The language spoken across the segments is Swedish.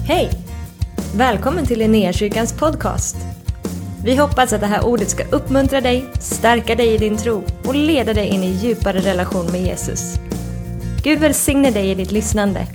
Hej! Välkommen till Linnéakyrkans podcast. Vi hoppas att det här ordet ska uppmuntra dig, stärka dig i din tro och leda dig in i djupare relation med Jesus. Gud välsigne dig i ditt lyssnande.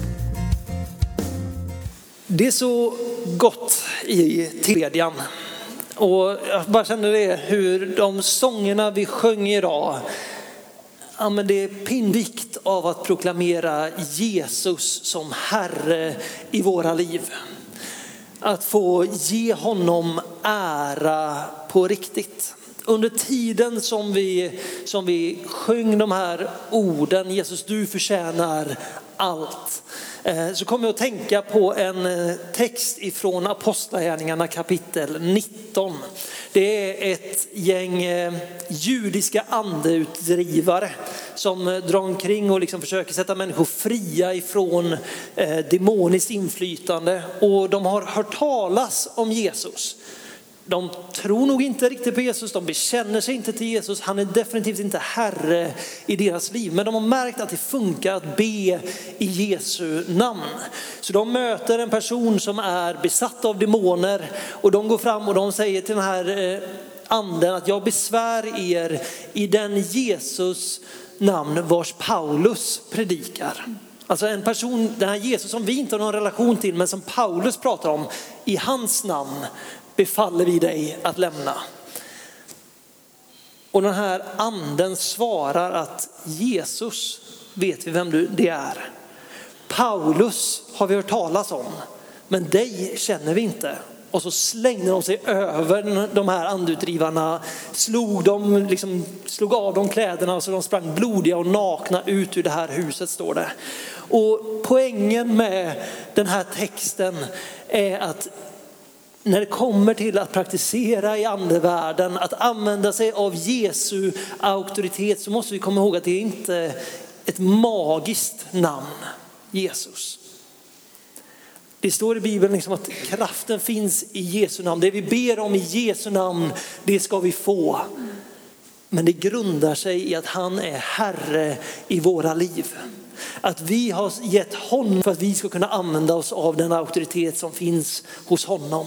Det är så gott i tillbedjan. Och jag bara känner det, hur de sångerna vi sjöng idag, ja, men det är pinvikt av att proklamera Jesus som Herre i våra liv. Att få ge honom ära på riktigt. Under tiden som vi sjöng de här orden, Jesus du förtjänar allt, så kommer jag att tänka på en text ifrån Apostlagärningarna kapitel 19. Det är ett gäng judiska andeutdrivare som drar omkring och liksom försöker sätta människor fria ifrån demoniskt inflytande. Och de har hört talas om Jesus. De tror nog inte riktigt på Jesus, de bekänner sig inte till Jesus. Han är definitivt inte herre i deras liv. Men de har märkt att det funkar att be i Jesu namn. Så de möter en person som är besatt av demoner. Och de går fram och de säger till den här anden att jag besvär er i den Jesus namn vars Paulus predikar. Alltså en person, den här Jesus som vi inte har någon relation till men som Paulus pratar om, i hans namn befaller vi dig att lämna. Och den här anden svarar att Jesus vet vi vem det är. Paulus har vi hört talas om, men dig känner vi inte. Och så slängde de sig över de här andutdrivarna, slog av dem kläderna så de sprang blodiga och nakna ut ur det här huset, står det. Och poängen med den här texten är att när det kommer till att praktisera i andevärlden, att använda sig av Jesu auktoritet, så måste vi komma ihåg att det är inte ett magiskt namn, Jesus. Det står i Bibeln liksom att kraften finns i Jesu namn. Det vi ber om i Jesu namn, det ska vi få. Men det grundar sig i att han är Herre i våra liv. Att vi har gett honom för att vi ska kunna använda oss av den auktoritet som finns hos honom.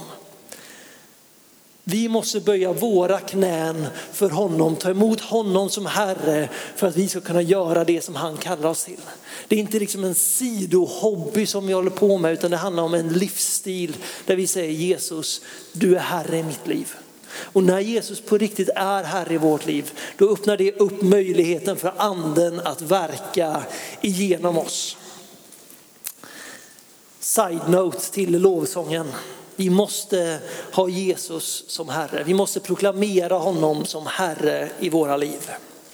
Vi måste böja våra knän för honom, ta emot honom som Herre för att vi ska kunna göra det som han kallar oss till. Det är inte liksom en sidohobby som vi håller på med, utan det handlar om en livsstil där vi säger Jesus, du är Herre i mitt liv. Och när Jesus på riktigt är Herre i vårt liv, då öppnar det upp möjligheten för anden att verka igenom oss. Side note till lovsången. Vi måste ha Jesus som Herre. Vi måste proklamera honom som Herre i våra liv.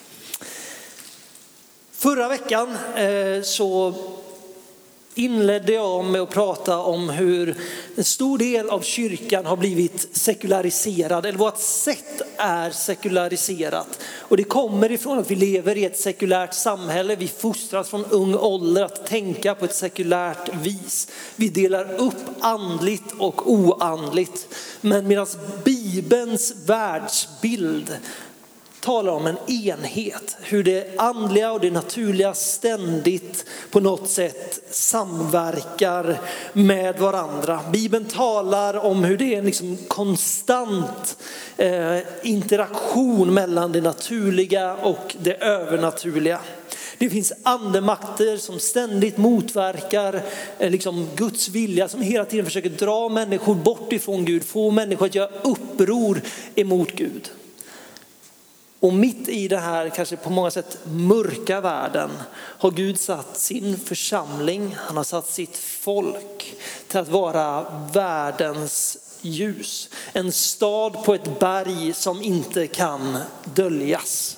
Förra veckan så inledde jag med att prata om hur en stor del av kyrkan har blivit sekulariserad. Eller vårt sätt är sekulariserat. Och det kommer ifrån att vi lever i ett sekulärt samhälle. Vi fostras från ung ålder att tänka på ett sekulärt vis. Vi delar upp andligt och oandligt. Men medan Bibelns världsbild talar om en enhet, hur det andliga och det naturliga ständigt på något sätt samverkar med varandra. Bibeln talar om hur det är en liksom konstant interaktion mellan det naturliga och det övernaturliga. Det finns andemakter som ständigt motverkar Guds vilja, som hela tiden försöker dra människor bort ifrån Gud, få människor att göra uppror emot Gud. Och mitt i det här kanske på många sätt mörka världen har Gud satt sin församling, han har satt sitt folk till att vara världens ljus. En stad på ett berg som inte kan döljas.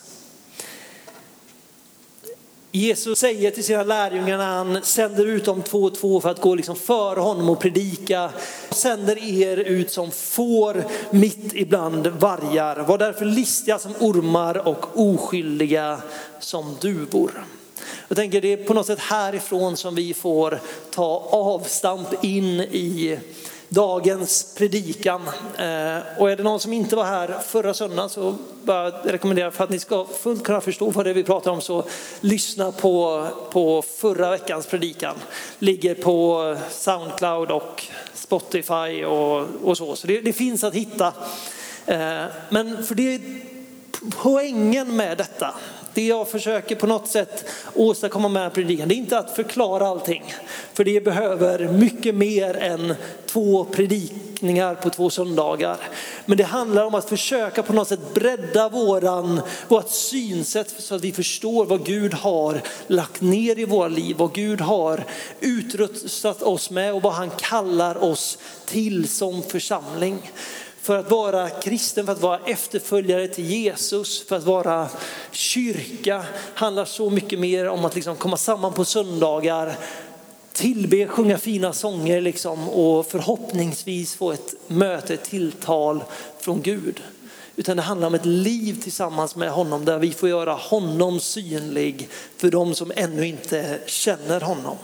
Jesus säger till sina lärjungar när han sänder ut dem 2 och 2 för att gå före honom och predika. Sänder er ut som får mitt ibland vargar. Var därför listiga som ormar och oskyldiga som duvor. Jag tänker det är på något sätt härifrån som vi får ta avstamp in i dagens predikan. Och är det någon som inte var här förra söndagen så bara rekommenderar för att ni ska fullt kunna förstå vad det är vi pratar om, så lyssna på förra veckans predikan. Ligger på SoundCloud och Spotify och så. Så det finns att hitta. Men för det är poängen med detta. Det jag försöker på något sätt åstadkomma med predikan, det är inte att förklara allting. För det behöver mycket mer än 2 predikningar på 2 söndagar. Men det handlar om att försöka på något sätt bredda vårt synsätt så att vi förstår vad Gud har lagt ner i våra liv. Vad Gud har utrustat oss med och vad han kallar oss till som församling. För att vara kristen, för att vara efterföljare till Jesus, för att vara kyrka handlar så mycket mer om att liksom komma samman på söndagar, tillbe, sjunga fina sånger liksom, och förhoppningsvis få ett möte, ett tilltal från Gud. Utan det handlar om ett liv tillsammans med honom där vi får göra honom synlig för de som ännu inte känner honom.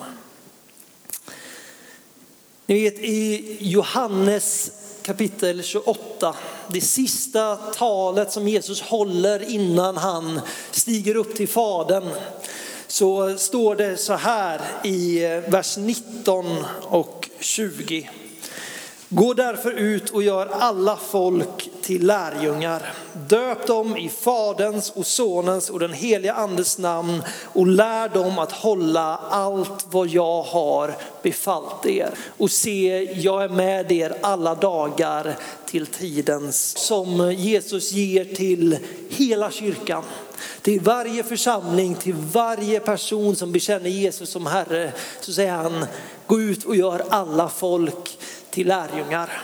Ni vet, i Johannes kapitel 28, det sista talet som Jesus håller innan han stiger upp till Fadern, så står det så här i vers 19 och 20. Gå därför ut och gör alla folk till lärjungar. Döp dem i Faderns och Sonens och den heliga Andes namn och lär dem att hålla allt vad jag har befallt er. Och se, jag är med er alla dagar till tidens, som Jesus ger till hela kyrkan. Till varje församling, till varje person som bekänner Jesus som Herre, så säger han: gå ut och gör alla folk till lärjungar.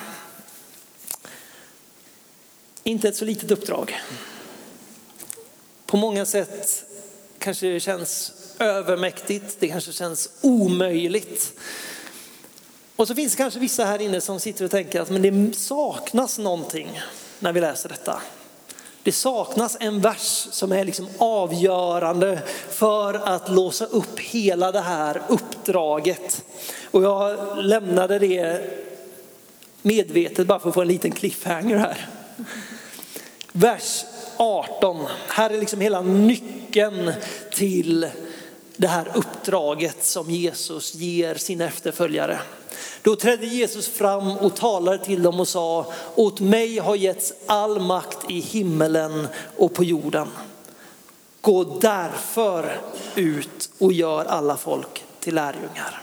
Inte ett så litet uppdrag. På många sätt kanske det känns övermäktigt, det kanske känns omöjligt. Och så finns det kanske vissa här inne som sitter och tänker att men det saknas någonting när vi läser detta. Det saknas en vers som är liksom avgörande för att låsa upp hela det här uppdraget. Och jag lämnade det medvetet bara för att få en liten cliffhanger här. Vers 18. Här är liksom hela nyckeln till det här uppdraget som Jesus ger sina efterföljare. Då trädde Jesus fram och talade till dem och sa: åt mig har getts all makt i himmelen och på jorden. Gå därför ut och gör alla folk till lärjungar.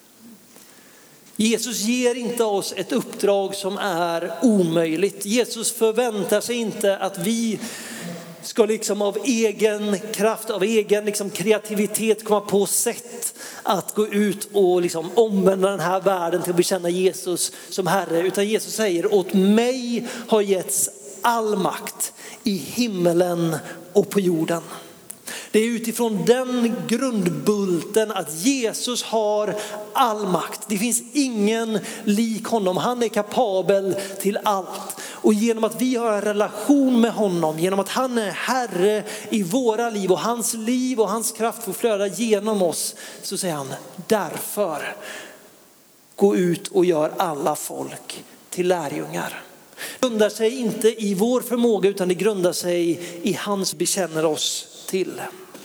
Jesus ger inte oss ett uppdrag som är omöjligt. Jesus förväntar sig inte att vi ska liksom av egen kraft, av egen liksom kreativitet komma på sätt att gå ut och liksom omvända den här världen till att bekänna Jesus som Herre. Utan Jesus säger: åt mig har getts all makt i himmelen och på jorden. Det är utifrån den grundbulten att Jesus har all makt. Det finns ingen lik honom. Han är kapabel till allt. Och genom att vi har en relation med honom, genom att han är Herre i våra liv och hans kraft får flöda genom oss, så säger han: därför gå ut och gör alla folk till lärjungar. Det grundar sig inte i vår förmåga, utan det grundar sig i hans bekänner oss till.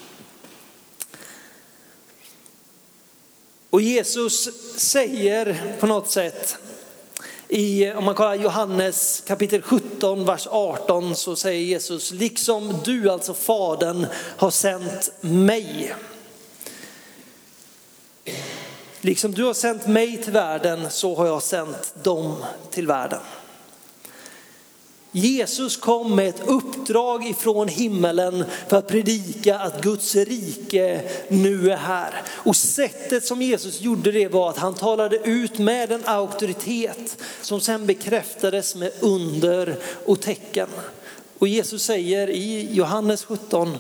Och Jesus säger på något sätt, om man kollar Johannes kapitel 17, vers 18, så säger Jesus: liksom du, alltså Fadern, har sänt mig. Liksom du har sänt mig till världen, så har jag sänt dem till världen. Jesus kom med ett uppdrag ifrån himmelen för att predika att Guds rike nu är här. Och sättet som Jesus gjorde det var att han talade ut med en auktoritet som sen bekräftades med under och tecken. Och Jesus säger i Johannes 17: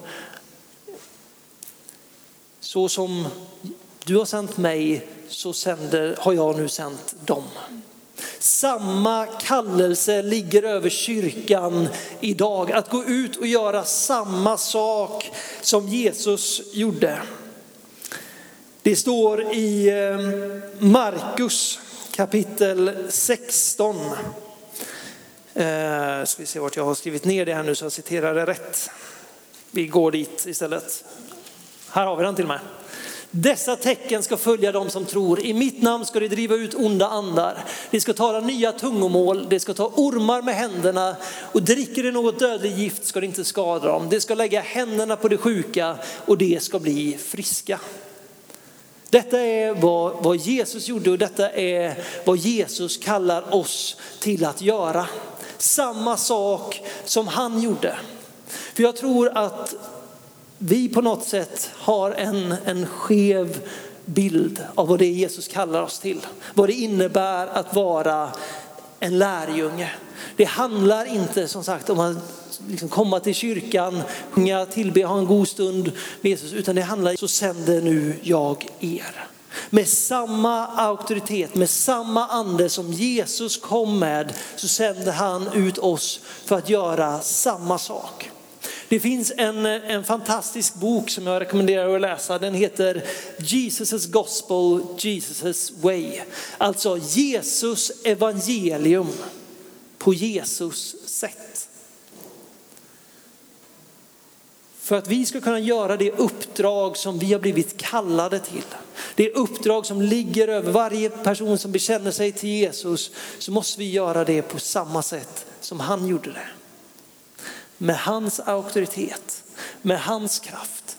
så som du har sänt mig, så har jag nu sänt dem. Samma kallelse ligger över kyrkan idag. Att gå ut och göra samma sak som Jesus gjorde. Det står i Markus kapitel 16. Ska vi se vart jag har skrivit ner det här nu så jag citerar det rätt. Vi går dit istället. Här har vi den till och med. Dessa tecken ska följa dem som tror. I mitt namn ska de driva ut onda andar. De ska tala nya tungomål. De ska ta ormar med händerna. Och dricker de något dödligt gift ska det inte skada dem. De ska lägga händerna på de sjuka och de ska bli friska. Detta är vad Jesus gjorde och detta är vad Jesus kallar oss till att göra. Samma sak som han gjorde. För jag tror att vi på något sätt har en skev bild av vad det är Jesus kallar oss till. Vad det innebär att vara en lärjunge. Det handlar inte som sagt om att liksom komma till kyrkan, sjunga, tillbe, ha en god stund med Jesus. Utan det handlar om så sänder nu jag er. Med samma auktoritet, med samma ande som Jesus kom med så sänder han ut oss för att göra samma sak. Det finns en fantastisk bok som jag rekommenderar att läsa. Den heter Jesus' Gospel, Jesus' Way. Alltså Jesus evangelium på Jesus sätt. För att vi ska kunna göra det uppdrag som vi har blivit kallade till. Det uppdrag som ligger över varje person som bekänner sig till Jesus. Så måste vi göra det på samma sätt som han gjorde det. Med hans auktoritet, med hans kraft.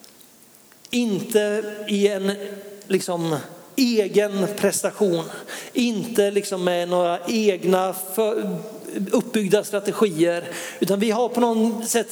Inte i en egen prestation. Inte med några egna uppbyggda strategier. Utan vi har på något sätt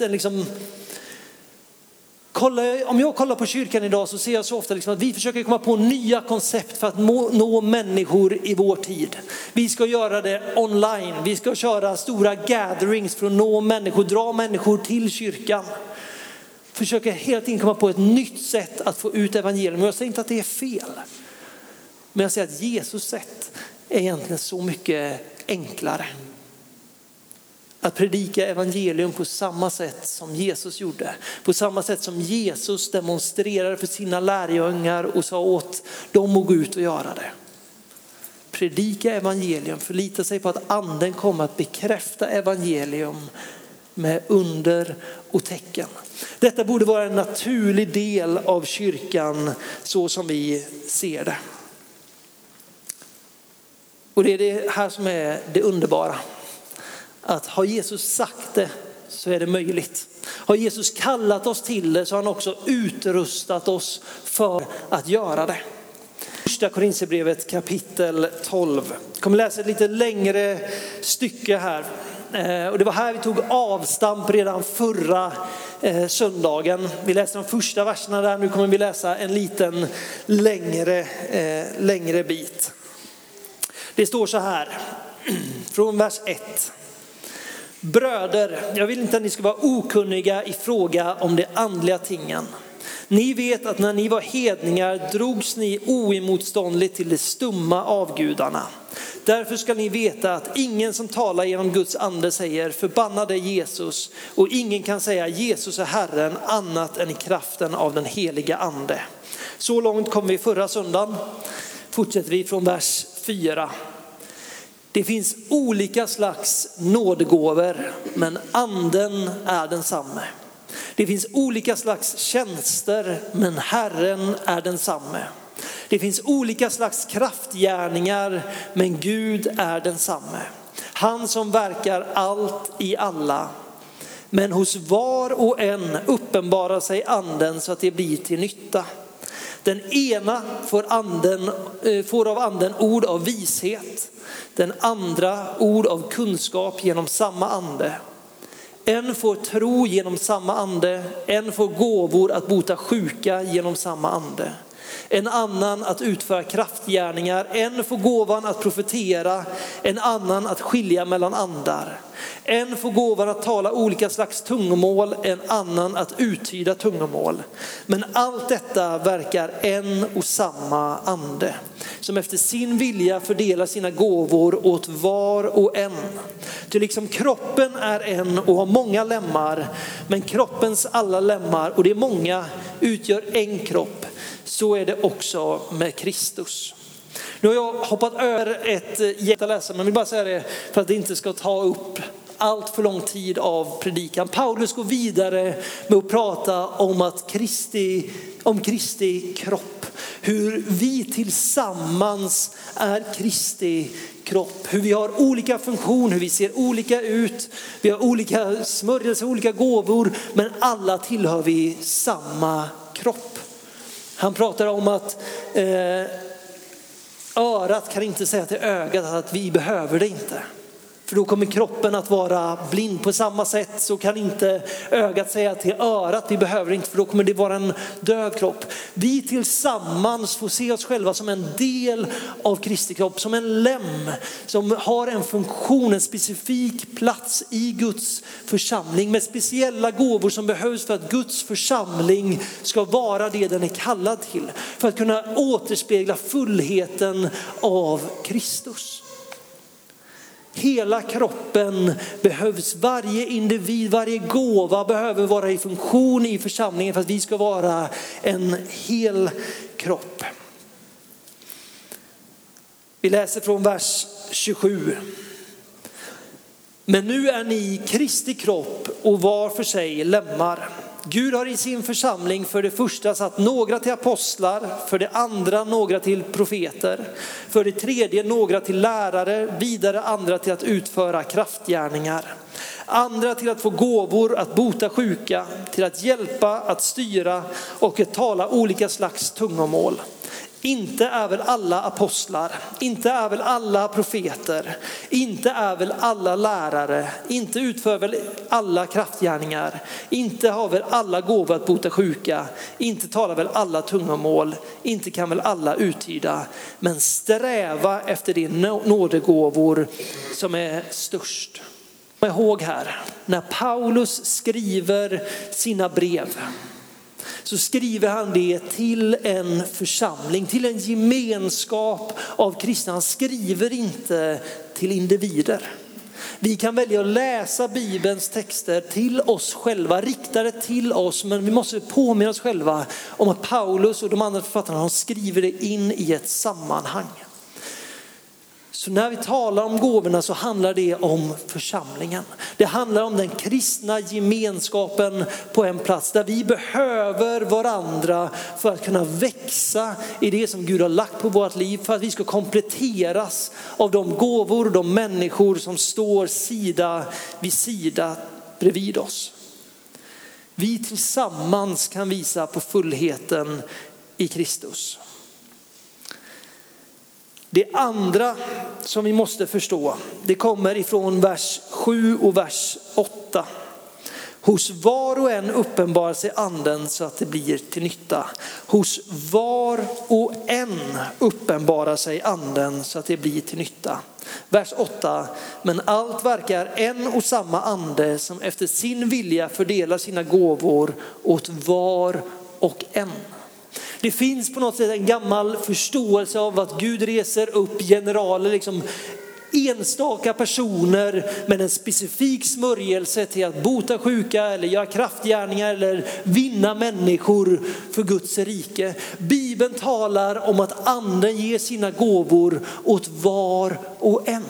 om jag kollar på kyrkan idag så ser jag så ofta att vi försöker komma på nya koncept för att nå människor i vår tid. Vi ska göra det online. Vi ska köra stora gatherings för att nå människor, dra människor till kyrkan. Försöker hela tiden komma på ett nytt sätt att få ut evangelium. Jag säger inte att det är fel. Men jag säger att Jesus sätt är egentligen så mycket enklare. Att predika evangelium på samma sätt som Jesus gjorde. På samma sätt som Jesus demonstrerade för sina lärjungar och sa åt dem att gå ut och göra det. Predika evangelium, förlita sig på att anden kommer att bekräfta evangelium med under och tecken. Detta borde vara en naturlig del av kyrkan så som vi ser det. Och det är det här som är det underbara. Att har Jesus sagt det så är det möjligt. Har Jesus kallat oss till det så har han också utrustat oss för att göra det. Första Korinthierbrevet kapitel 12. Jag kommer läsa ett lite längre stycke här. Och det var här vi tog avstamp redan förra söndagen. Vi läste de första verserna där. Nu kommer vi läsa en liten längre bit. Det står så här från vers 1. Bröder, jag vill inte att ni ska vara okunniga i fråga om de andliga tingen. Ni vet att när ni var hedningar drogs ni oemotståndligt till de stumma avgudarna. Därför ska ni veta att ingen som talar genom Guds ande säger förbannade Jesus. Och ingen kan säga Jesus är Herren annat än i kraften av den heliga ande. Så långt kom vi förra söndagen. Fortsätter vi från vers 4. Det finns olika slags nådegåvor, men anden är densamme. Det finns olika slags tjänster, men Herren är densamme. Det finns olika slags kraftgärningar, men Gud är densamme. Han som verkar allt i alla. Men hos var och en uppenbarar sig anden så att det blir till nytta. Den ena får av anden ord av vishet. Den andra ord av kunskap genom samma ande. En får tro genom samma ande. En får gåvor att bota sjuka genom samma ande. En annan att utföra kraftgärningar. En får gåvan att profetera. En annan att skilja mellan andar. En får gåvan att tala olika slags tungomål. En annan att uttyda tungomål. Men allt detta verkar en och samma ande. Som efter sin vilja fördelar sina gåvor åt var och en. Till liksom kroppen är en och har många lemmar. Men kroppens alla lemmar, och det är många, utgör en kropp. Så är det också med Kristus. Nu har jag hoppat över ett jätteläsa, men jag vill bara säga det för att det inte ska ta upp allt för lång tid av predikan. Paulus går vidare med att prata om Kristi kropp. Hur vi tillsammans är Kristi kropp. Hur vi har olika funktioner, hur vi ser olika ut. Vi har olika smörjelser, olika gåvor, men alla tillhör vi samma kropp. Han pratar om att örat kan inte säga till ögat att vi behöver det inte. För då kommer kroppen att vara blind. På samma sätt så kan inte ögat säga till örat vi behöver inte, för då kommer det vara en död kropp. Vi tillsammans får se oss själva som en del av Kristi kropp, som en lem som har en funktion, en specifik plats i Guds församling med speciella gåvor som behövs för att Guds församling ska vara det den är kallad till. För att kunna återspegla fullheten av Kristus. Hela kroppen behövs, varje individ, varje gåva behöver vara i funktion i församlingen för att vi ska vara en hel kropp. Vi läser från vers 27. Men nu är ni Kristi kropp och var för sig lemmar. Gud har i sin församling för det första satt några till apostlar, för det andra några till profeter, för det tredje några till lärare, vidare andra till att utföra kraftgärningar, andra till att få gåvor att bota sjuka, till att hjälpa, att styra och att tala olika slags tungomål. Inte är väl alla apostlar, inte är väl alla profeter, inte är väl alla lärare, inte utför väl alla kraftgärningar, inte har väl alla gåvor att bota sjuka, inte talar väl alla tungomål, inte kan väl alla uttyda, men sträva efter de nådegåvor som är störst. Kom ihåg här, när Paulus skriver sina brev så skriver han det till en församling, till en gemenskap av kristna. Han skriver inte till individer. Vi kan välja att läsa Bibelns texter till oss själva, riktade till oss, men vi måste påminna oss själva om att Paulus och de andra författarna har skrivit det in i ett sammanhang. Så när vi talar om gåvorna så handlar det om församlingen. Det handlar om den kristna gemenskapen på en plats där vi behöver varandra för att kunna växa i det som Gud har lagt på vårt liv. För att vi ska kompletteras av de gåvor och de människor som står sida vid sida bredvid oss. Vi tillsammans kan visa på fullheten i Kristus. Det andra som vi måste förstå, det kommer ifrån vers 7 och vers 8. Hos var och en uppenbarar sig anden så att det blir till nytta. Hos var och en uppenbarar sig anden så att det blir till nytta. Vers 8. Men allt verkar en och samma ande som efter sin vilja fördelar sina gåvor åt var och en. Det finns på något sätt en gammal förståelse av att Gud reser upp generaler, liksom enstaka personer med en specifik smörjelse till att bota sjuka eller göra kraftgärningar eller vinna människor för Guds rike. Bibeln talar om att anden ger sina gåvor åt var och en.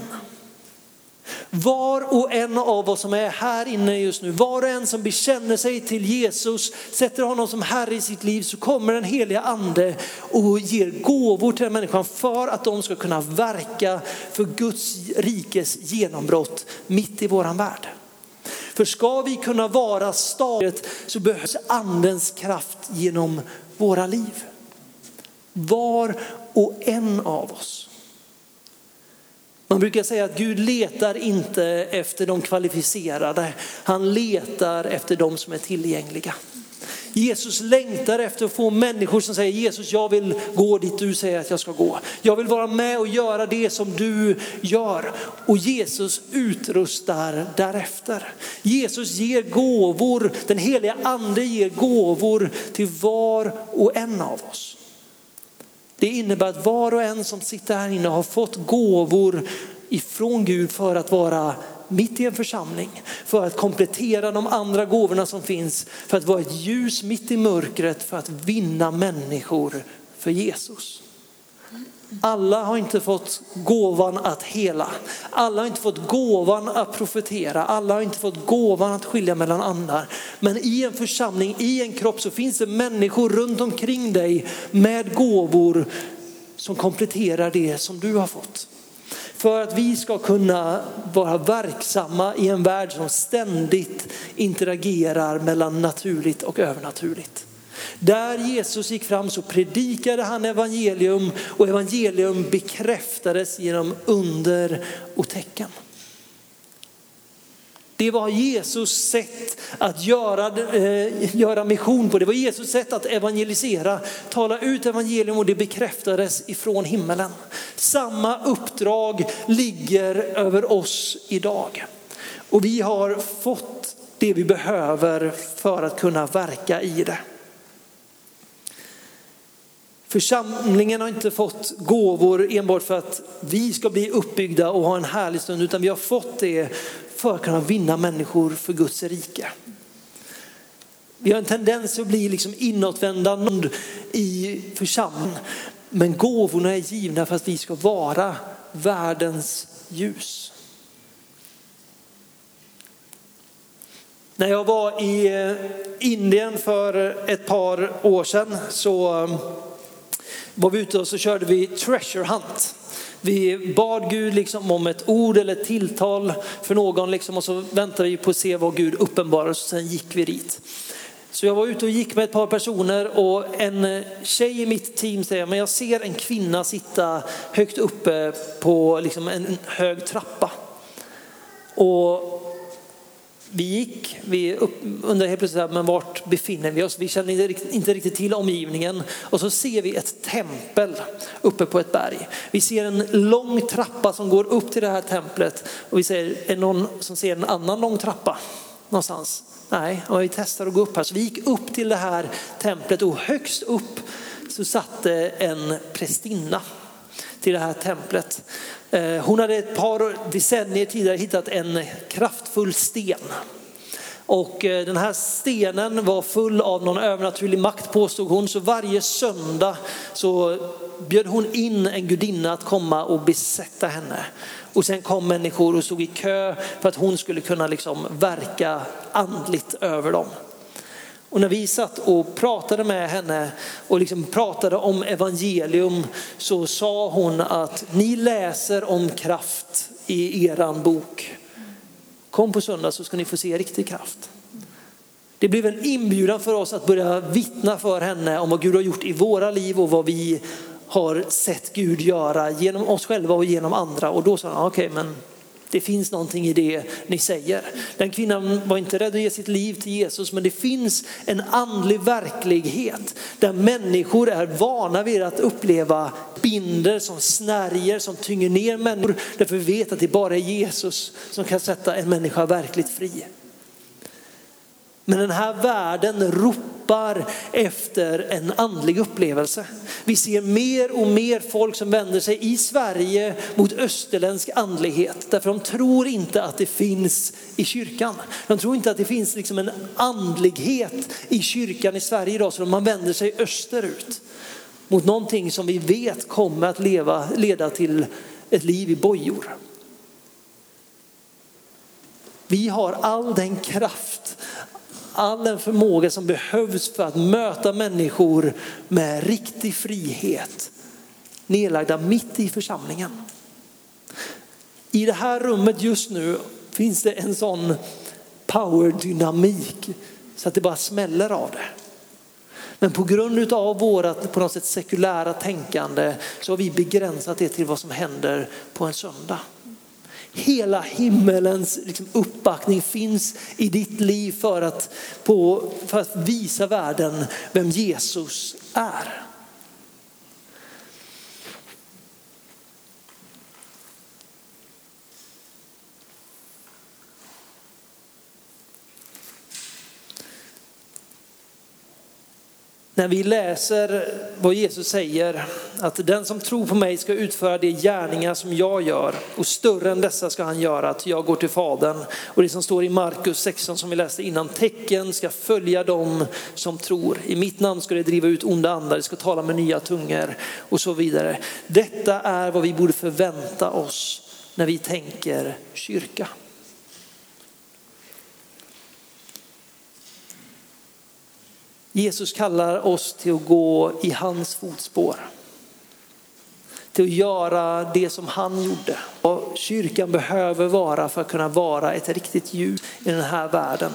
Var och en av oss som är här inne just nu, var och en som bekänner sig till Jesus, sätter honom som Herre i sitt liv, så kommer den heliga ande och ger gåvor till den människan för att de ska kunna verka för Guds rikes genombrott mitt i våran värld. För ska vi kunna vara stadigt så behövs andens kraft genom våra liv. Var och en av oss. Man brukar säga att Gud letar inte efter de kvalificerade. Han letar efter de som är tillgängliga. Jesus längtar efter att få människor som säger: Jesus, jag vill gå dit du säger att jag ska gå. Jag vill vara med och göra det som du gör. Och Jesus utrustar därefter. Jesus ger gåvor. Den heliga ande ger gåvor till var och en av oss. Det innebär att var och en som sitter här inne har fått gåvor ifrån Gud för att vara mitt i en församling. För att komplettera de andra gåvorna som finns. För att vara ett ljus mitt i mörkret, för att vinna människor för Jesus. Alla har inte fått gåvan att hela. Alla har inte fått gåvan att profetera. Alla har inte fått gåvan att skilja mellan andar. Men i en församling, i en kropp, så finns det människor runt omkring dig med gåvor som kompletterar det som du har fått. För att vi ska kunna vara verksamma i en värld som ständigt interagerar mellan naturligt och övernaturligt. Där Jesus gick fram så predikade han evangelium, och evangelium bekräftades genom under och tecken. Det var Jesus sätt att göra mission på. Det var Jesus sätt att evangelisera, tala ut evangelium, och det bekräftades ifrån himmelen. Samma uppdrag ligger över oss idag. Och vi har fått det vi behöver för att kunna verka i det. Församlingen har inte fått gåvor enbart för att vi ska bli uppbyggda och ha en härlig stund, utan vi har fått det för att kunna vinna människor för Guds rike. Vi har en tendens att bli liksom inåtvända i församlingen, men gåvorna är givna för att vi ska vara världens ljus. När jag var i Indien för ett par år sedan så var vi ute och så körde vi treasure hunt. Vi bad Gud liksom om ett ord eller ett tilltal för någon liksom, och så väntade vi på att se vad Gud uppenbarar, och sen gick vi dit. Så jag var ute och gick med ett par personer, och en tjej i mitt team säger, men jag ser en kvinna sitta högt uppe på liksom en hög trappa. Och vi undrar helt plötsligt, men vart befinner vi oss? Vi känner inte riktigt till omgivningen. Och så ser vi ett tempel uppe på ett berg. Vi ser en lång trappa som går upp till det här templet. Och vi säger, är det någon som ser en annan lång trappa någonstans? Nej, och vi testar att gå upp här. Så vi gick upp till det här templet, och högst upp så satt en prästinna till det här templet. Hon hade ett par decennier tidigare hittat en kraftfull sten. Och den här stenen var full av någon övernaturlig makt, påstod hon. Så varje söndag så bjöd hon in en gudinna att komma och besätta henne. Och sen kom människor och stod i kö för att hon skulle kunna liksom verka andligt över dem. Och när vi satt och pratade med henne och liksom pratade om evangelium, så sa hon att ni läser om kraft i eran bok. Kom på söndag så ska ni få se riktig kraft. Det blev en inbjudan för oss att börja vittna för henne om vad Gud har gjort i våra liv och vad vi har sett Gud göra genom oss själva och genom andra. Och då sa hon, okej, men det finns någonting i det ni säger. Den kvinnan var inte rädd att ge sitt liv till Jesus, men det finns en andlig verklighet där människor är vana vid att uppleva binder som snärjer, som tynger ner människor. Därför vi vet att det bara är Jesus som kan sätta en människa verkligt fri. Men den här världen ropar efter en andlig upplevelse. Vi ser mer och mer folk som vänder sig i Sverige mot österländsk andlighet. Därför de tror inte att det finns i kyrkan. De tror inte att det finns liksom en andlighet i kyrkan i Sverige idag. Så man vänder sig österut mot någonting som vi vet kommer att leda till ett liv i bojor. Vi har all den kraft, all den förmåga som behövs för att möta människor med riktig frihet, nedlagda mitt i församlingen. I det här rummet just nu finns det en sån powerdynamik så att det bara smäller av det. Men på grund av vårat på något sätt sekulära tänkande så har vi begränsat det till vad som händer på en söndag. Hela himmelens liksom uppbackning finns i ditt liv för att visa världen vem Jesus är. När vi läser vad Jesus säger, att den som tror på mig ska utföra de gärningar som jag gör, och större än dessa ska han göra, att jag går till Fadern. Och det som står i Markus 16 som vi läste innan, tecken ska följa dem som tror. I mitt namn ska det driva ut onda andar, det ska tala med nya tungor och så vidare. Detta är vad vi borde förvänta oss när vi tänker kyrka. Jesus kallar oss till att gå i hans fotspår. Till att göra det som han gjorde. Och kyrkan behöver vara för att kunna vara ett riktigt ljus i den här världen.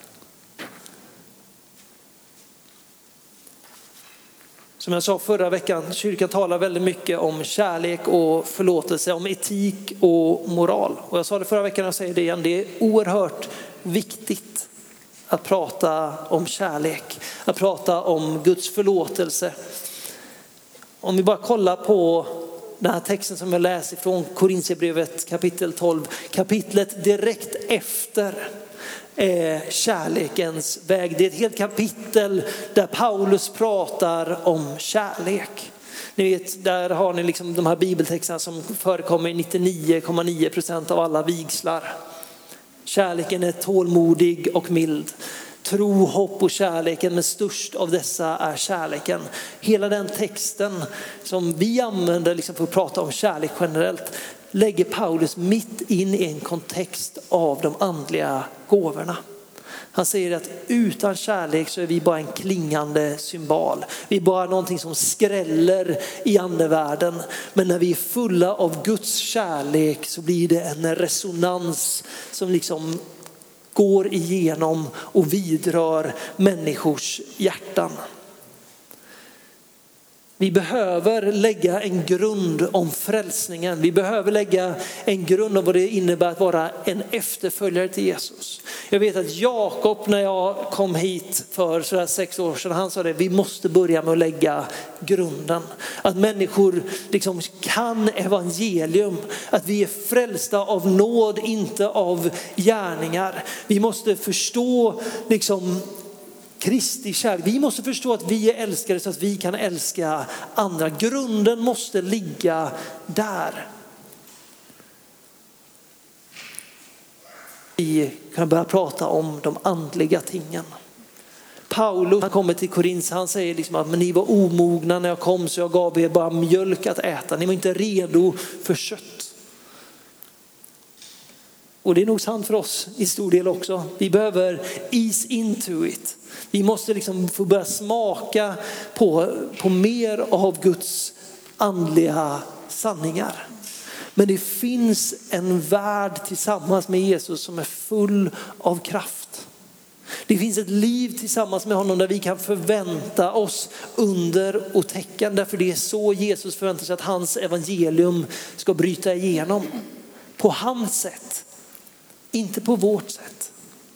Som jag sa förra veckan, kyrkan talar väldigt mycket om kärlek och förlåtelse, om etik och moral. Och jag sa det förra veckan och jag säger det igen, det är oerhört viktigt att prata om kärlek, att prata om Guds förlåtelse. Om vi bara kollar på den här texten som jag läser från Korinthierbrevet kapitel 12. Kapitlet direkt efter kärlekens väg. Det är ett helt kapitel där Paulus pratar om kärlek. Ni vet, där har ni liksom de här bibeltexterna som förekommer i 99,9% av alla vigslar. Kärleken är tålmodig och mild. Tro, hopp och kärleken, men störst av dessa är kärleken. Hela den texten som vi använder liksom för att prata om kärlek generellt lägger Paulus mitt in i en kontext av de andliga gåvorna. Han säger att utan kärlek så är vi bara en klingande symbol. Vi är bara någonting som skräller i andevärlden. Men när vi är fulla av Guds kärlek så blir det en resonans som liksom går igenom och vidrör människors hjärtan. Vi behöver lägga en grund om frälsningen. Vi behöver lägga en grund om vad det innebär att vara en efterföljare till Jesus. Jag vet att Jakob, när jag kom hit för sådär 6 år sedan, han sa det, vi måste börja med att lägga grunden. Att människor liksom kan evangelium. Att vi är frälsta av nåd, inte av gärningar. Vi måste förstå liksom Kristi kärlek. Vi måste förstå att vi är älskade så att vi kan älska andra. Grunden måste ligga där. Vi kan börja prata om de andliga tingen. Paulus, han kommer till Korint, han säger liksom att men ni var omogna när jag kom så jag gav er bara mjölk att äta. Ni var inte redo för kött. Och det är nog sant för oss i stor del också. Vi behöver ease into it. Vi måste liksom få börja smaka på mer av Guds andliga sanningar. Men det finns en värld tillsammans med Jesus som är full av kraft. Det finns ett liv tillsammans med honom där vi kan förvänta oss under och tecken. Därför det är så Jesus förväntar sig att hans evangelium ska bryta igenom. På hans sätt. Inte på vårt sätt.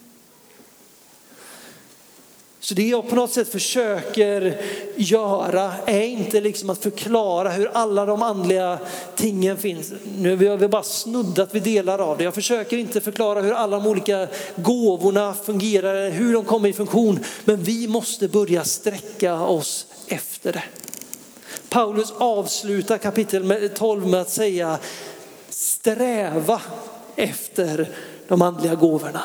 Så det jag på något sätt försöker göra är inte liksom att förklara hur alla de andliga tingen finns. Nu har vi bara snuddat vid delar av det. Jag försöker inte förklara hur alla de olika gåvorna fungerar, hur de kommer i funktion. Men vi måste börja sträcka oss efter det. Paulus avslutar kapitel 12 med att säga sträva efter de andliga gåvorna.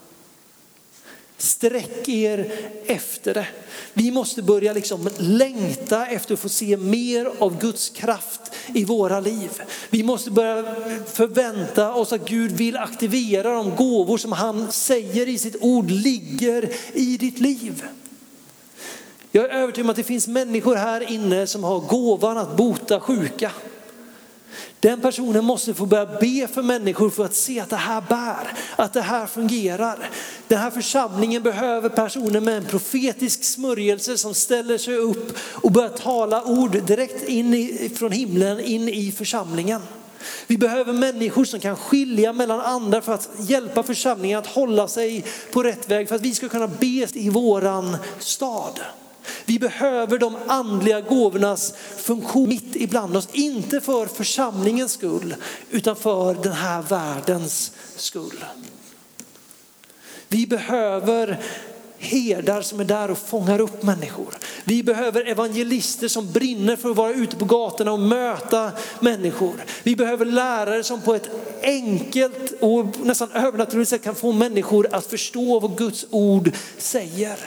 Sträck er efter det. Vi måste börja liksom längta efter att få se mer av Guds kraft i våra liv. Vi måste börja förvänta oss att Gud vill aktivera de gåvor som han säger i sitt ord ligger i ditt liv. Jag är övertygad om att det finns människor här inne som har gåvan att bota sjuka. Den personen måste få börja be för människor för att se att det här bär, att det här fungerar. Den här församlingen behöver personer med en profetisk smörjelse som ställer sig upp och börjar tala ord direkt från himlen in i församlingen. Vi behöver människor som kan skilja mellan andra för att hjälpa församlingen att hålla sig på rätt väg för att vi ska kunna be i våran stad. Vi behöver de andliga gåvornas funktion mitt ibland oss. Inte för församlingens skull utan för den här världens skull. Vi behöver herdar som är där och fångar upp människor. Vi behöver evangelister som brinner för att vara ute på gatorna och möta människor. Vi behöver lärare som på ett enkelt och nästan övernaturligt sätt kan få människor att förstå vad Guds ord säger.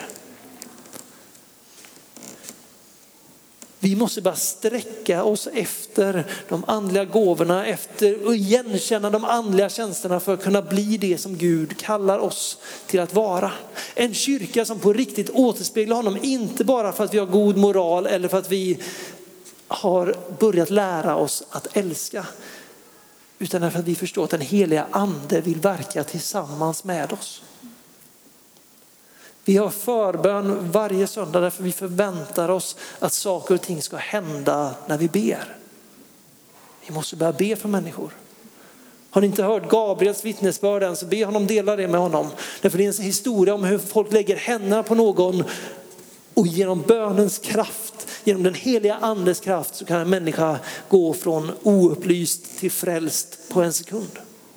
Vi måste bara sträcka oss efter de andliga gåvorna, efter och igenkänna de andliga tjänsterna för att kunna bli det som Gud kallar oss till att vara. En kyrka som på riktigt återspeglar honom, inte bara för att vi har god moral eller för att vi har börjat lära oss att älska, utan för att vi förstår att den heliga ande vill verka tillsammans med oss. Vi har förbön varje söndag därför vi förväntar oss att saker och ting ska hända när vi ber. Vi måste börja be för människor. Har ni inte hört Gabriels vittnesbörd än, så be honom dela det med honom. Därför det är en historia om hur folk lägger händerna på någon och genom bönens kraft, genom den heliga andes kraft, så kan en människa gå från oupplyst till frälst på en sekund.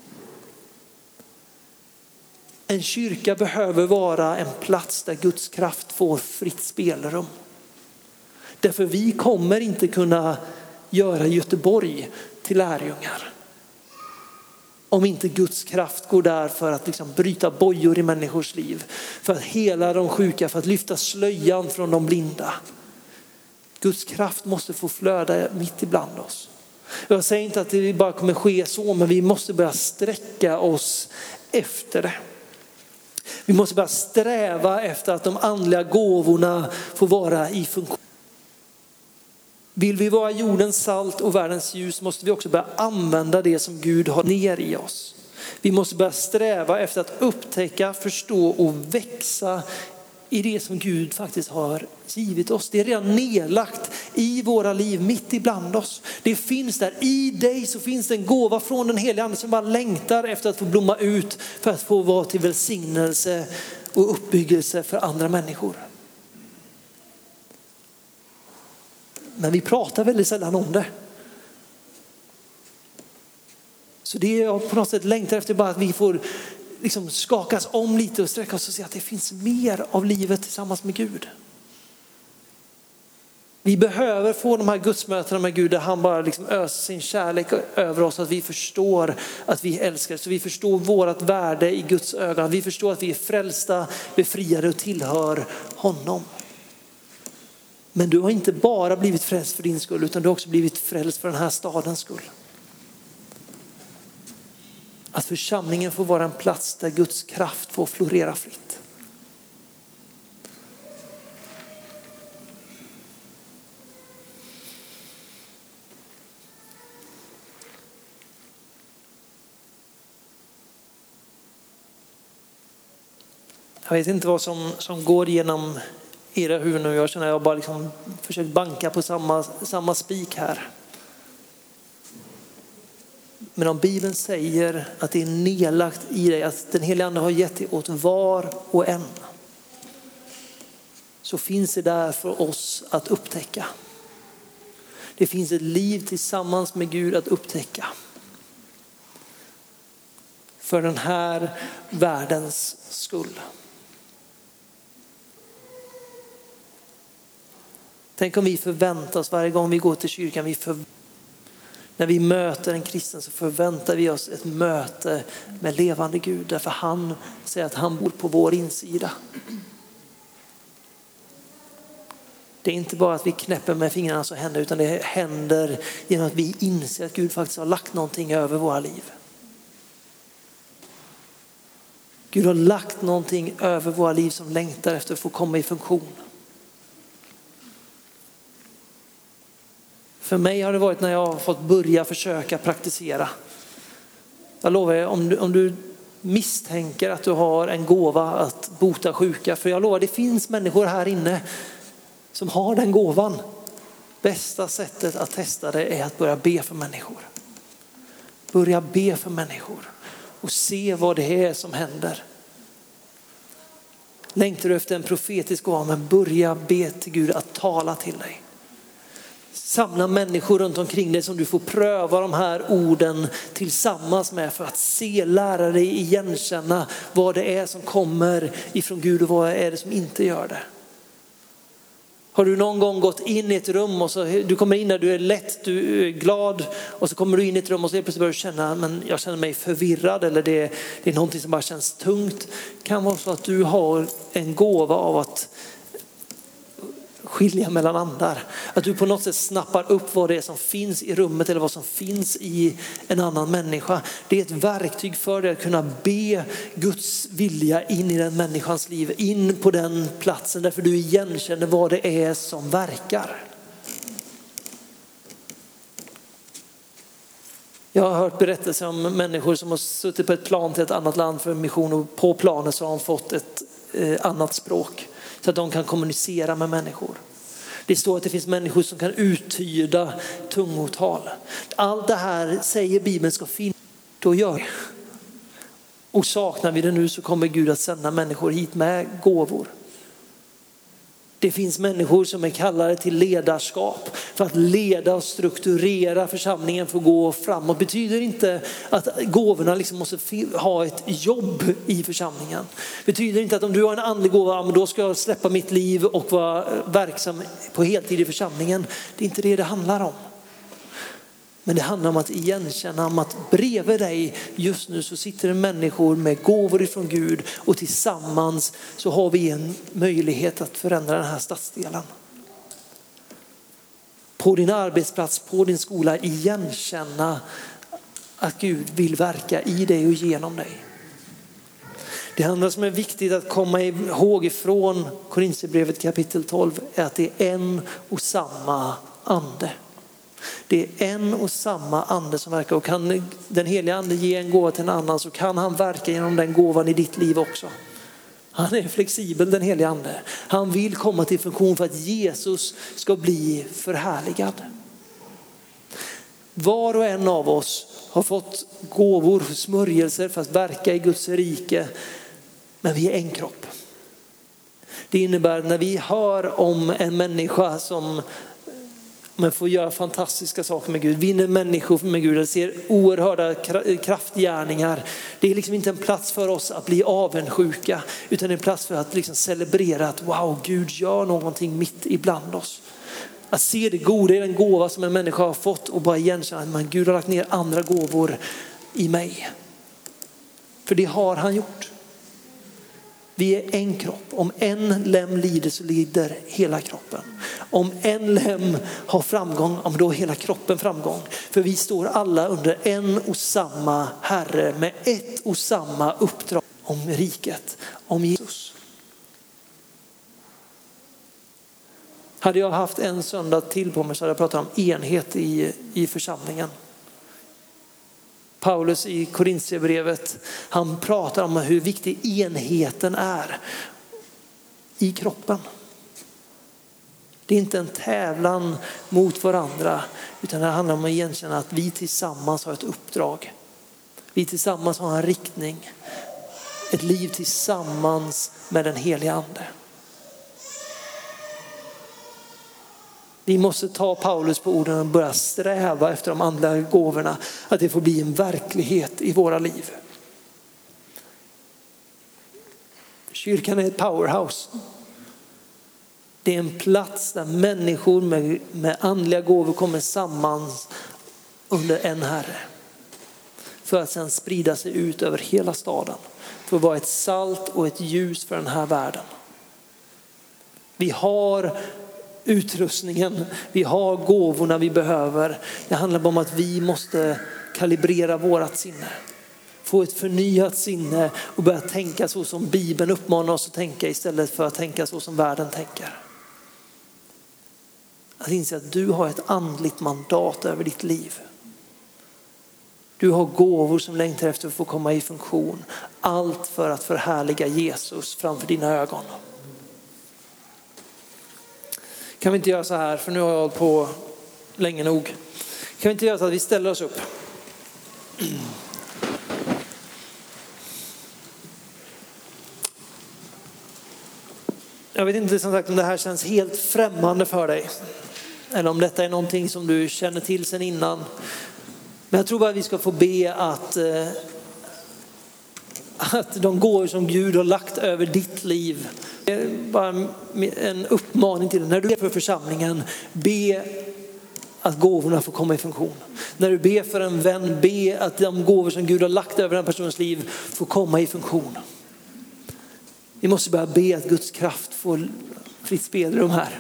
En kyrka behöver vara en plats där Guds kraft får fritt spelrum. Därför vi kommer inte kunna göra Göteborg till lärjungar om inte Guds kraft går där för att bryta bojor i människors liv, för att hela de sjuka, för att lyfta slöjan från de blinda. Guds kraft måste få flöda mitt ibland oss. Jag säger inte att det bara kommer ske så, men vi måste börja sträcka oss efter det. Vi måste bara sträva efter att de andliga gåvorna får vara i funktion. Vill vi vara jordens salt och världens ljus måste vi också börja använda det som Gud har ner i oss. Vi måste börja sträva efter att upptäcka, förstå och växa i det som Gud faktiskt har givit oss. Det är redan nedlagt i våra liv, mitt ibland oss. Det finns där, i dig så finns det en gåva från den heliga ande som bara längtar efter att få blomma ut för att få vara till välsignelse och uppbyggelse för andra människor. Men vi pratar väldigt sällan om det. Så det jag på något sätt längtar efter bara att vi får skakas om lite och sträcka oss och se att det finns mer av livet tillsammans med Gud. Vi behöver få de här gudsmötena med Gud där han bara öser sin kärlek över oss, att vi förstår att vi älskar, så vi förstår vårat värde i Guds ögon. Vi förstår att vi är frälsta, befriade och tillhör honom. Men du har inte bara blivit frälst för din skull, utan du har också blivit frälst för den här stadens skull. Att församlingen får vara en plats där Guds kraft får florera fritt. Jag vet inte vad som går igenom era huvuden och jag känner att jag bara försökt banka på samma spik här. Men om Bibeln säger att det är nedlagt i dig, att den heliga ande har gett dig åt var och en, så finns det där för oss att upptäcka. Det finns ett liv tillsammans med Gud att upptäcka. För den här världens skull. Tänk om vi förväntar oss varje gång vi går till kyrkan, när vi möter en kristen så förväntar vi oss ett möte med levande Gud. Därför han säger att han bor på vår insida. Det är inte bara att vi knäpper med fingrarna så händer, utan det händer genom att vi inser att Gud faktiskt har lagt någonting över våra liv. Gud har lagt någonting över våra liv som längtar efter att få komma i funktion. För mig har det varit när jag har fått börja försöka praktisera. Jag lovar er, om du misstänker att du har en gåva att bota sjuka, för jag lovar, det finns människor här inne som har den gåvan. Bästa sättet att testa det är att börja be för människor. Börja be för människor och se vad det är som händer. Längtar du efter en profetisk gåva, men börja be till Gud att tala till dig. Samla människor runt omkring dig som du får pröva de här orden tillsammans med för att se, lära dig igenkänna vad det är som kommer ifrån Gud och vad är det som inte gör det. Har du någon gång gått in i ett rum och så du kommer in där du är lätt, du är glad och så kommer du in i ett rum och så plötsligt börjar du känna men jag känner mig förvirrad eller det är någonting som bara känns tungt. Det kan vara så att du har en gåva av att skilja mellan andar. Att du på något sätt snappar upp vad det är som finns i rummet eller vad som finns i en annan människa. Det är ett verktyg för dig att kunna be Guds vilja in i den människans liv. In på den platsen därför du igenkänner vad det är som verkar. Jag har hört berättelser om människor som har suttit på ett plan till ett annat land för en mission och på planet så har de fått ett annat språk. Så att de kan kommunicera med människor. Det står att det finns människor som kan uttyda tungotal. Allt det här säger Bibeln ska finnas. Då gör det. Och saknar vi det nu så kommer Gud att sända människor hit med gåvor. Det finns människor som är kallade till ledarskap för att leda och strukturera församlingen för att gå framåt. Det betyder inte att gåvorna liksom måste ha ett jobb i församlingen. Det betyder inte att om du har en andlig gåva, då ska jag släppa mitt liv och vara verksam på heltid i församlingen. Det är inte det handlar om. Men det handlar om att igenkänna om att bredvid dig just nu så sitter det människor med gåvor ifrån Gud och tillsammans så har vi en möjlighet att förändra den här stadsdelen. På din arbetsplats, på din skola, igenkänna att Gud vill verka i dig och genom dig. Det andra som är viktigt att komma ihåg ifrån Korinthierbrevet kapitel 12 är att det är en och samma ande. Det är en och samma ande som verkar och kan den heliga ande ge en gåva till en annan så kan han verka genom den gåvan i ditt liv också. Han är flexibel den heliga ande. Han vill komma till funktion för att Jesus ska bli förhärligad. Var och en av oss har fått gåvor, smörjelser för att verka i Guds rike. Men vi är en kropp. Det innebär när vi hör om en människa som man får göra fantastiska saker med Gud, vinner människor med Gud, ser oerhörda kraftgärningar. Det är liksom inte en plats för oss att bli avundsjuka utan en plats för att liksom celebrera att wow, Gud gör någonting mitt ibland oss. Att se det goda i den gåva som en människa har fått och bara igenkänna att Gud har lagt ner andra gåvor i mig. För det har han gjort. Vi är en kropp. Om en lem lider så lider hela kroppen. Om en lem har framgång, om då har hela kroppen framgång. För vi står alla under en och samma Herre med ett och samma uppdrag om riket, om Jesus. Hade jag haft en söndag till på mig så hade jag pratat om enhet i församlingen. Paulus i Korinthierbrevet, han pratar om hur viktig enheten är i kroppen. Det är inte en tävlan mot varandra utan det handlar om att igenkänna att vi tillsammans har ett uppdrag. Vi tillsammans har en riktning. Ett liv tillsammans med den heliga ande. Vi måste ta Paulus på orden och börja sträva efter de andliga gåvorna. Att det får bli en verklighet i våra liv. Kyrkan är ett powerhouse. Det är en plats där människor med andliga gåvor kommer samman under en Herre. För att sedan sprida sig ut över hela staden. För att vara ett salt och ett ljus för den här världen. Vi har utrustningen, vi har gåvorna vi behöver. Det handlar om att vi måste kalibrera vårat sinne. Få ett förnyat sinne och börja tänka så som Bibeln uppmanar oss att tänka istället för att tänka så som världen tänker. Att inse att du har ett andligt mandat över ditt liv. Du har gåvor som längtar efter att få komma i funktion. Allt för att förhärliga Jesus framför dina ögon. Kan vi inte göra så här, för nu har jag hållit på länge nog. Kan vi inte göra så att vi ställer oss upp? Jag vet inte som sagt om det här känns helt främmande för dig. eller om detta är någonting som du känner till sedan innan. Men jag tror bara att vi ska få be att de gåvor som Gud har lagt över ditt liv, bara en uppmaning till dig. När du ber för församlingen, be att gåvorna får komma i funktion. När du ber för en vän, be att de gåvor som Gud har lagt över den personens liv får komma i funktion. Vi måste börja be att Guds kraft får fritt spelrum här.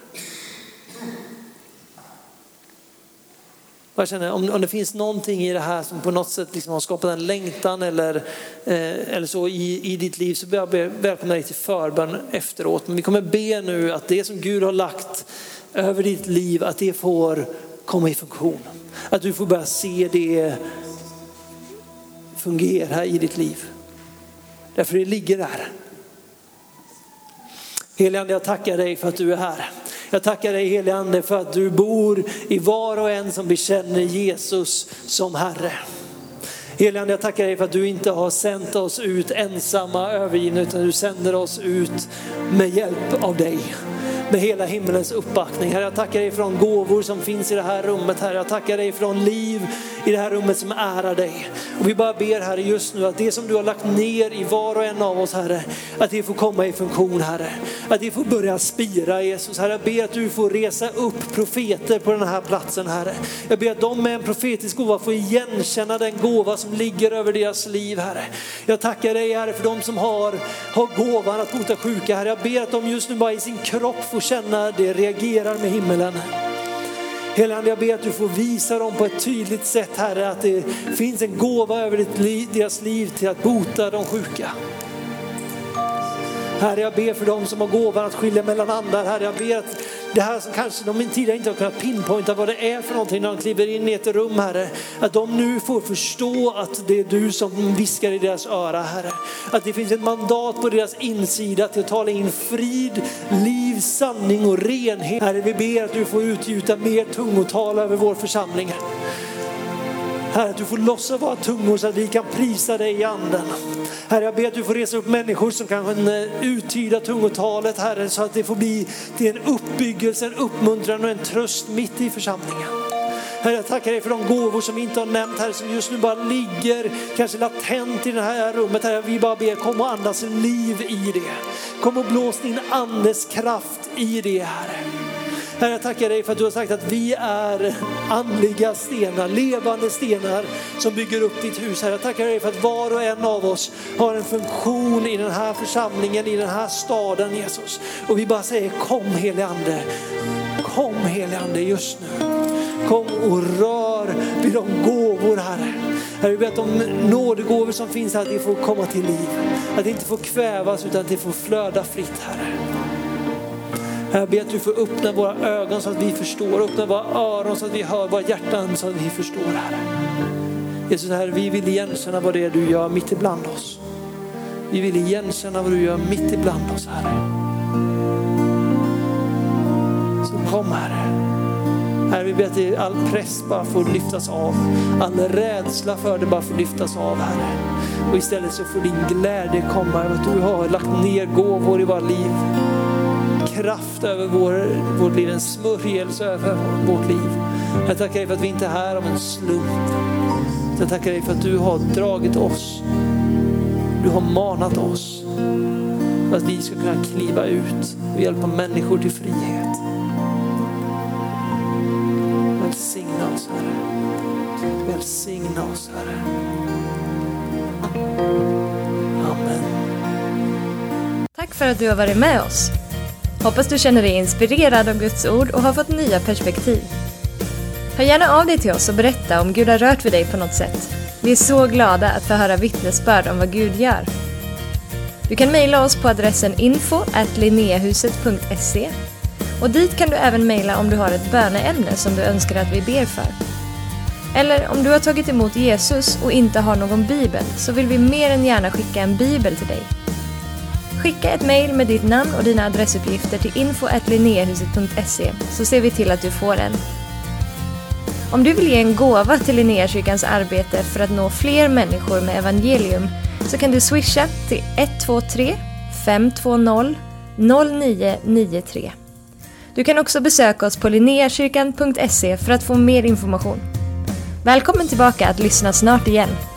Jag känner, om det finns någonting i det här som på något sätt liksom har skapat en längtan eller så i ditt liv, så börjar jag välkomna dig till förbön efteråt. Men vi kommer be nu att det som Gud har lagt över ditt liv, att det får komma i funktion. Att du får börja se det fungera i ditt liv. Därför det ligger där. Helige Ande, jag tackar dig för att du är här. Jag tackar dig, helige Ande, för att du bor i var och en som bekänner Jesus som Herre. Helige Ande, jag tackar dig för att du inte har sänt oss ut ensamma, övergivna, utan du sänder oss ut med hjälp av dig. Med hela himmelens uppbackning. Herre, jag tackar dig för de gåvor som finns i det här rummet. Herre, jag tackar dig för de liv i det här rummet som ärar dig. Och vi bara ber, Herre, just nu att det som du har lagt ner i var och en av oss, Herre, att det får komma i funktion, Herre. Att det får börja spira, Jesus. Herre, jag ber att du får resa upp profeter på den här platsen, Herre. Jag ber att de med en profetisk gåva får igenkänna den gåva som ligger över deras liv, Herre. Jag tackar dig, Herre, för de som har gåvan att bota sjuka, Herre. Jag ber att de just nu bara i sin kropp får känna det, reagerar med himmelen. Helige Ande, jag ber att du får visa dem på ett tydligt sätt, Herre, att det finns en gåva över deras liv till att bota de sjuka. Herre, jag ber för dem som har gåvan att skilja mellan andar. Herre, jag ber att det här som kanske de tidigare inte har kunnat pinpointa vad det är för någonting när de kliver in i ett rum, Herre. Att de nu får förstå att det är du som viskar i deras öra, Herre. Att det finns ett mandat på deras insida till att tala in frid, liv, sanning och renhet. Herre, vi ber att du får utgjuta mer tungotal över vår församling. Herre, att du får lossa våra tungor så att vi kan prisa dig i anden. Herre, jag ber att du får resa upp människor som kan uttyda tungotalet, Herre, så att det får bli till en uppbyggelse, en uppmuntran och en tröst mitt i församlingen. Herre, jag tackar dig för de gåvor som vi inte har nämnt, Herre, som just nu bara ligger kanske latent i det här rummet. Herre, vi bara ber, kom och andas liv i det. Kom och blås din andes kraft i det, Herre. Herre, jag tackar dig för att du har sagt att vi är andliga stenar, levande stenar som bygger upp ditt hus. Herre, jag tackar dig för att var och en av oss har en funktion i den här församlingen, i den här staden, Jesus. Och vi bara säger, kom helige Ande. Kom helige Ande just nu. Kom och rör vid de gåvor, Herre. Herre, vi ber att de nådegåvor som finns här, att det får komma till liv. Att det inte får kvävas utan att det får flöda fritt, Herre. Jag ber att du får öppna våra ögon så att vi förstår. Öppna våra öron så att vi hör, våra hjärtan så att vi förstår, Herre. Jesus, Herre, vi vill igenkänna vad det är du gör mitt ibland oss. Vi vill igenkänna vad du gör mitt ibland oss, Herre. Så kom, Herre. Herre, vi ber att all press bara får lyftas av. All rädsla för det bara får lyftas av, Herre. Och istället så får din glädje komma över att du har lagt ner gåvor i våra liv. Kraft över vårt liv, en smörjelse över vårt liv. Jag tackar dig för att vi inte är här av en slump. Jag tackar dig för att du har dragit oss. Du har manat oss. För att vi ska kunna kliva ut och hjälpa människor till frihet. Välsigna oss, Herre. Välsigna oss, Herre. Amen. Tack för att du har varit med oss. Hoppas du känner dig inspirerad av Guds ord och har fått nya perspektiv. Hör gärna av dig till oss och berätta om Gud har rört vid dig på något sätt. Vi är så glada att få höra vittnesbörd om vad Gud gör. Du kan mejla oss på adressen info@linneahuset.se och dit kan du även mejla om du har ett böneämne som du önskar att vi ber för. Eller om du har tagit emot Jesus och inte har någon bibel, så vill vi mer än gärna skicka en bibel till dig. Skicka ett mejl med ditt namn och dina adressuppgifter till info@linneahuset.se så ser vi till att du får en. Om du vill ge en gåva till Linneakyrkans arbete för att nå fler människor med evangelium, så kan du swisha till 123 520 0993. Du kan också besöka oss på linneakyrkan.se för att få mer information. Välkommen tillbaka att lyssna snart igen.